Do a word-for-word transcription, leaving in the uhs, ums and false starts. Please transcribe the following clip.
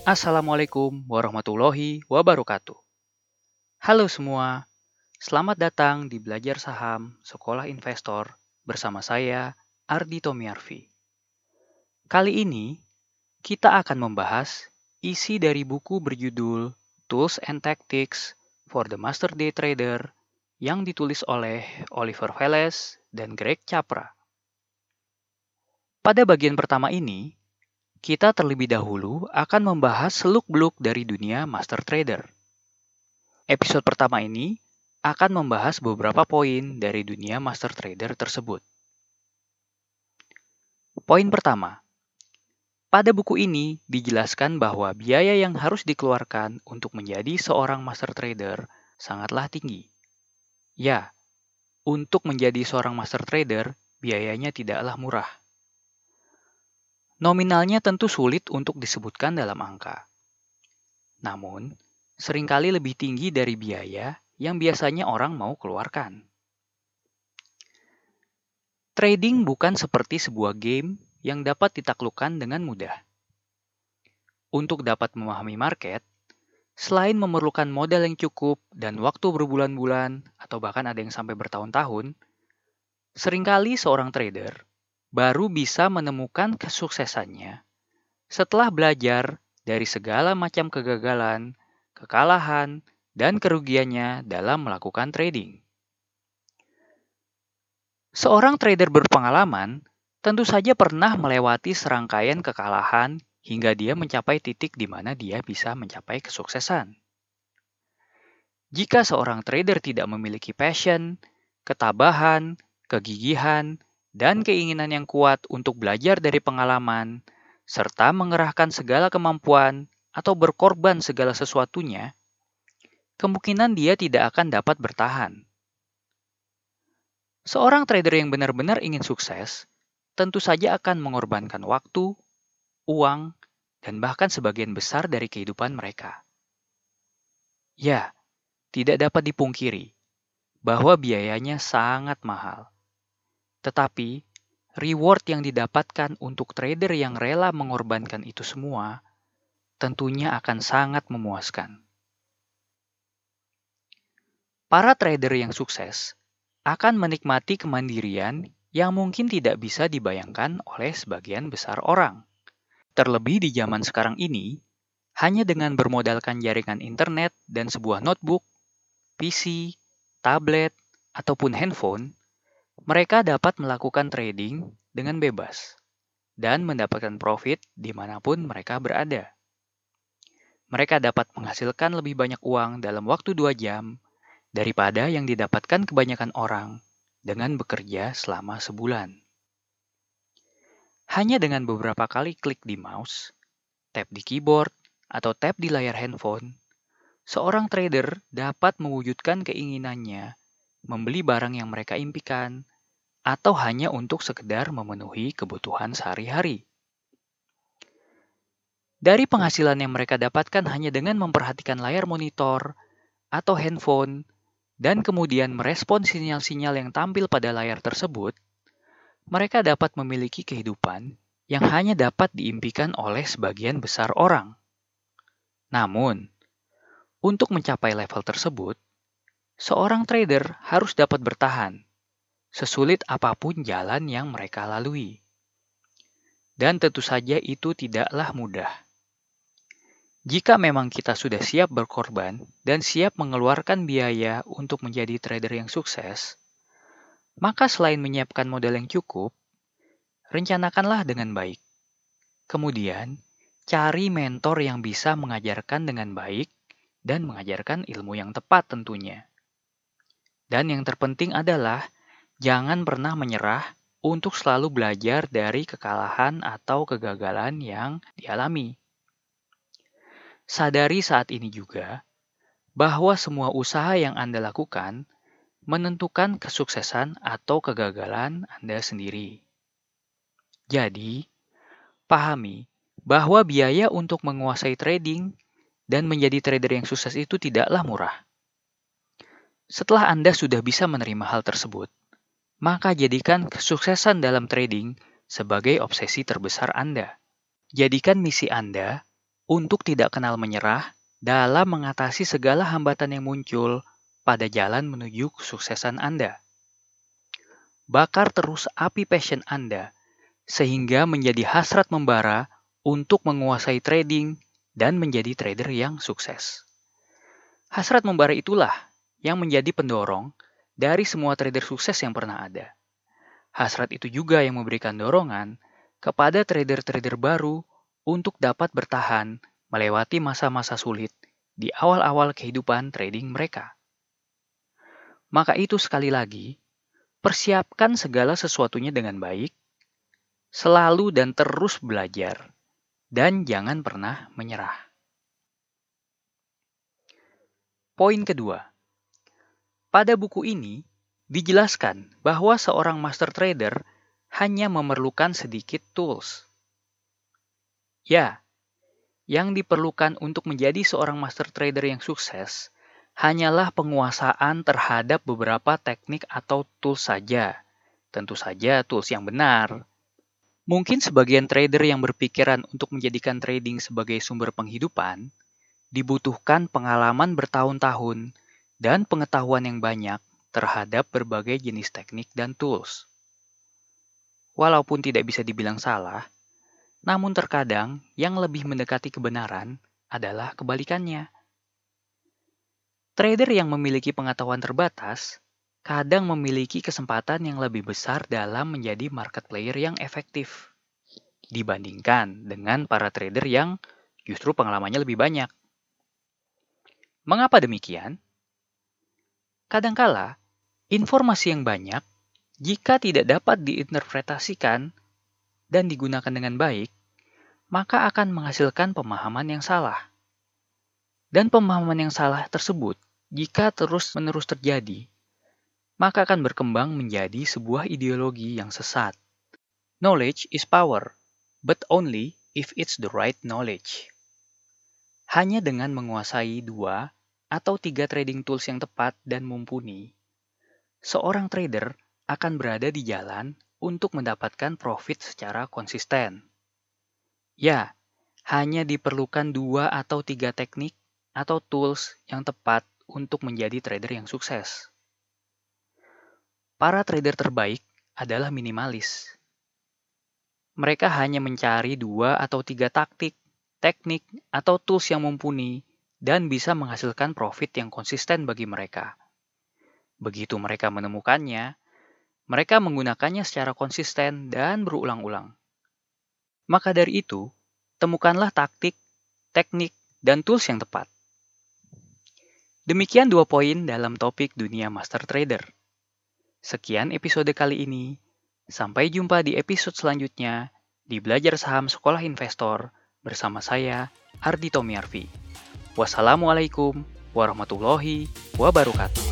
Assalamualaikum warahmatullahi wabarakatuh. Halo semua, selamat datang di Belajar Saham Sekolah Investor bersama saya, Ardi Tomiarfi. Kali ini, kita akan membahas isi dari buku berjudul Tools and Tactics for the Master Day Trader yang ditulis oleh Oliver Velez dan Greg Capra. Pada bagian pertama ini, kita terlebih dahulu akan membahas seluk-beluk dari dunia master trader. Episode pertama ini akan membahas beberapa poin dari dunia master trader tersebut. Poin pertama, pada buku ini dijelaskan bahwa biaya yang harus dikeluarkan untuk menjadi seorang master trader sangatlah tinggi. Ya, untuk menjadi seorang master trader, biayanya tidaklah murah. Nominalnya tentu sulit untuk disebutkan dalam angka. Namun, seringkali lebih tinggi dari biaya yang biasanya orang mau keluarkan. Trading bukan seperti sebuah game yang dapat ditaklukkan dengan mudah. Untuk dapat memahami market, selain memerlukan modal yang cukup dan waktu berbulan-bulan atau bahkan ada yang sampai bertahun-tahun, seringkali seorang trader baru bisa menemukan kesuksesannya setelah belajar dari segala macam kegagalan, kekalahan, dan kerugiannya dalam melakukan trading. Seorang trader berpengalaman tentu saja pernah melewati serangkaian kekalahan hingga dia mencapai titik di mana dia bisa mencapai kesuksesan. Jika seorang trader tidak memiliki passion, ketabahan, kegigihan, dan keinginan yang kuat untuk belajar dari pengalaman, serta mengerahkan segala kemampuan atau berkorban segala sesuatunya, kemungkinan dia tidak akan dapat bertahan. Seorang trader yang benar-benar ingin sukses, tentu saja akan mengorbankan waktu, uang, dan bahkan sebagian besar dari kehidupan mereka. Ya, tidak dapat dipungkiri bahwa biayanya sangat mahal. Tetapi, reward yang didapatkan untuk trader yang rela mengorbankan itu semua tentunya akan sangat memuaskan. Para trader yang sukses akan menikmati kemandirian yang mungkin tidak bisa dibayangkan oleh sebagian besar orang. Terlebih di zaman sekarang ini, hanya dengan bermodalkan jaringan internet dan sebuah notebook, P C, tablet, ataupun handphone, mereka dapat melakukan trading dengan bebas dan mendapatkan profit dimanapun mereka berada. Mereka dapat menghasilkan lebih banyak uang dalam waktu dua jam daripada yang didapatkan kebanyakan orang dengan bekerja selama sebulan. Hanya dengan beberapa kali klik di mouse, tap di keyboard, atau tap di layar handphone, seorang trader dapat mewujudkan keinginannya membeli barang yang mereka impikan, atau hanya untuk sekedar memenuhi kebutuhan sehari-hari. Dari penghasilan yang mereka dapatkan hanya dengan memperhatikan layar monitor atau handphone, dan kemudian merespon sinyal-sinyal yang tampil pada layar tersebut, mereka dapat memiliki kehidupan yang hanya dapat diimpikan oleh sebagian besar orang. Namun, untuk mencapai level tersebut, seorang trader harus dapat bertahan, sesulit apapun jalan yang mereka lalui. Dan tentu saja itu tidaklah mudah. Jika memang kita sudah siap berkorban dan siap mengeluarkan biaya untuk menjadi trader yang sukses, maka selain menyiapkan modal yang cukup, rencanakanlah dengan baik. Kemudian, cari mentor yang bisa mengajarkan dengan baik dan mengajarkan ilmu yang tepat tentunya. Dan yang terpenting adalah jangan pernah menyerah untuk selalu belajar dari kekalahan atau kegagalan yang dialami. Sadari saat ini juga bahwa semua usaha yang Anda lakukan menentukan kesuksesan atau kegagalan Anda sendiri. Jadi, pahami bahwa biaya untuk menguasai trading dan menjadi trader yang sukses itu tidaklah murah. Setelah Anda sudah bisa menerima hal tersebut, maka jadikan kesuksesan dalam trading sebagai obsesi terbesar Anda. Jadikan misi Anda untuk tidak kenal menyerah dalam mengatasi segala hambatan yang muncul pada jalan menuju kesuksesan Anda. Bakar terus api passion Anda, sehingga menjadi hasrat membara untuk menguasai trading dan menjadi trader yang sukses. Hasrat membara itulah yang menjadi pendorong dari semua trader sukses yang pernah ada. Hasrat itu juga yang memberikan dorongan kepada trader-trader baru untuk dapat bertahan melewati masa-masa sulit di awal-awal kehidupan trading mereka. Maka itu sekali lagi, persiapkan segala sesuatunya dengan baik, selalu dan terus belajar, dan jangan pernah menyerah. Poin kedua, pada buku ini dijelaskan bahwa seorang master trader hanya memerlukan sedikit tools. Ya, yang diperlukan untuk menjadi seorang master trader yang sukses hanyalah penguasaan terhadap beberapa teknik atau tools saja. Tentu saja tools yang benar. Mungkin sebagian trader yang berpikiran untuk menjadikan trading sebagai sumber penghidupan dibutuhkan pengalaman bertahun-tahun dan pengetahuan yang banyak terhadap berbagai jenis teknik dan tools. Walaupun tidak bisa dibilang salah, namun terkadang yang lebih mendekati kebenaran adalah kebalikannya. Trader yang memiliki pengetahuan terbatas kadang memiliki kesempatan yang lebih besar dalam menjadi market player yang efektif dibandingkan dengan para trader yang justru pengalamannya lebih banyak. Mengapa demikian? Kadangkala, informasi yang banyak, jika tidak dapat diinterpretasikan dan digunakan dengan baik, maka akan menghasilkan pemahaman yang salah. Dan pemahaman yang salah tersebut, jika terus-menerus terjadi, maka akan berkembang menjadi sebuah ideologi yang sesat. Knowledge is power, but only if it's the right knowledge. Hanya dengan menguasai dua atau tiga trading tools yang tepat dan mumpuni, seorang trader akan berada di jalan untuk mendapatkan profit secara konsisten. Ya, hanya diperlukan dua atau tiga teknik atau tools yang tepat untuk menjadi trader yang sukses. Para trader terbaik adalah minimalis. Mereka hanya mencari dua atau tiga taktik, teknik, atau tools yang mumpuni dan bisa menghasilkan profit yang konsisten bagi mereka. Begitu mereka menemukannya, mereka menggunakannya secara konsisten dan berulang-ulang. Maka dari itu, temukanlah taktik, teknik, dan tools yang tepat. Demikian dua poin dalam topik dunia master trader. Sekian episode kali ini. Sampai jumpa di episode selanjutnya di Belajar Saham Sekolah Investor bersama saya, Ardi Tomyarvi. Wassalamualaikum warahmatullahi wabarakatuh.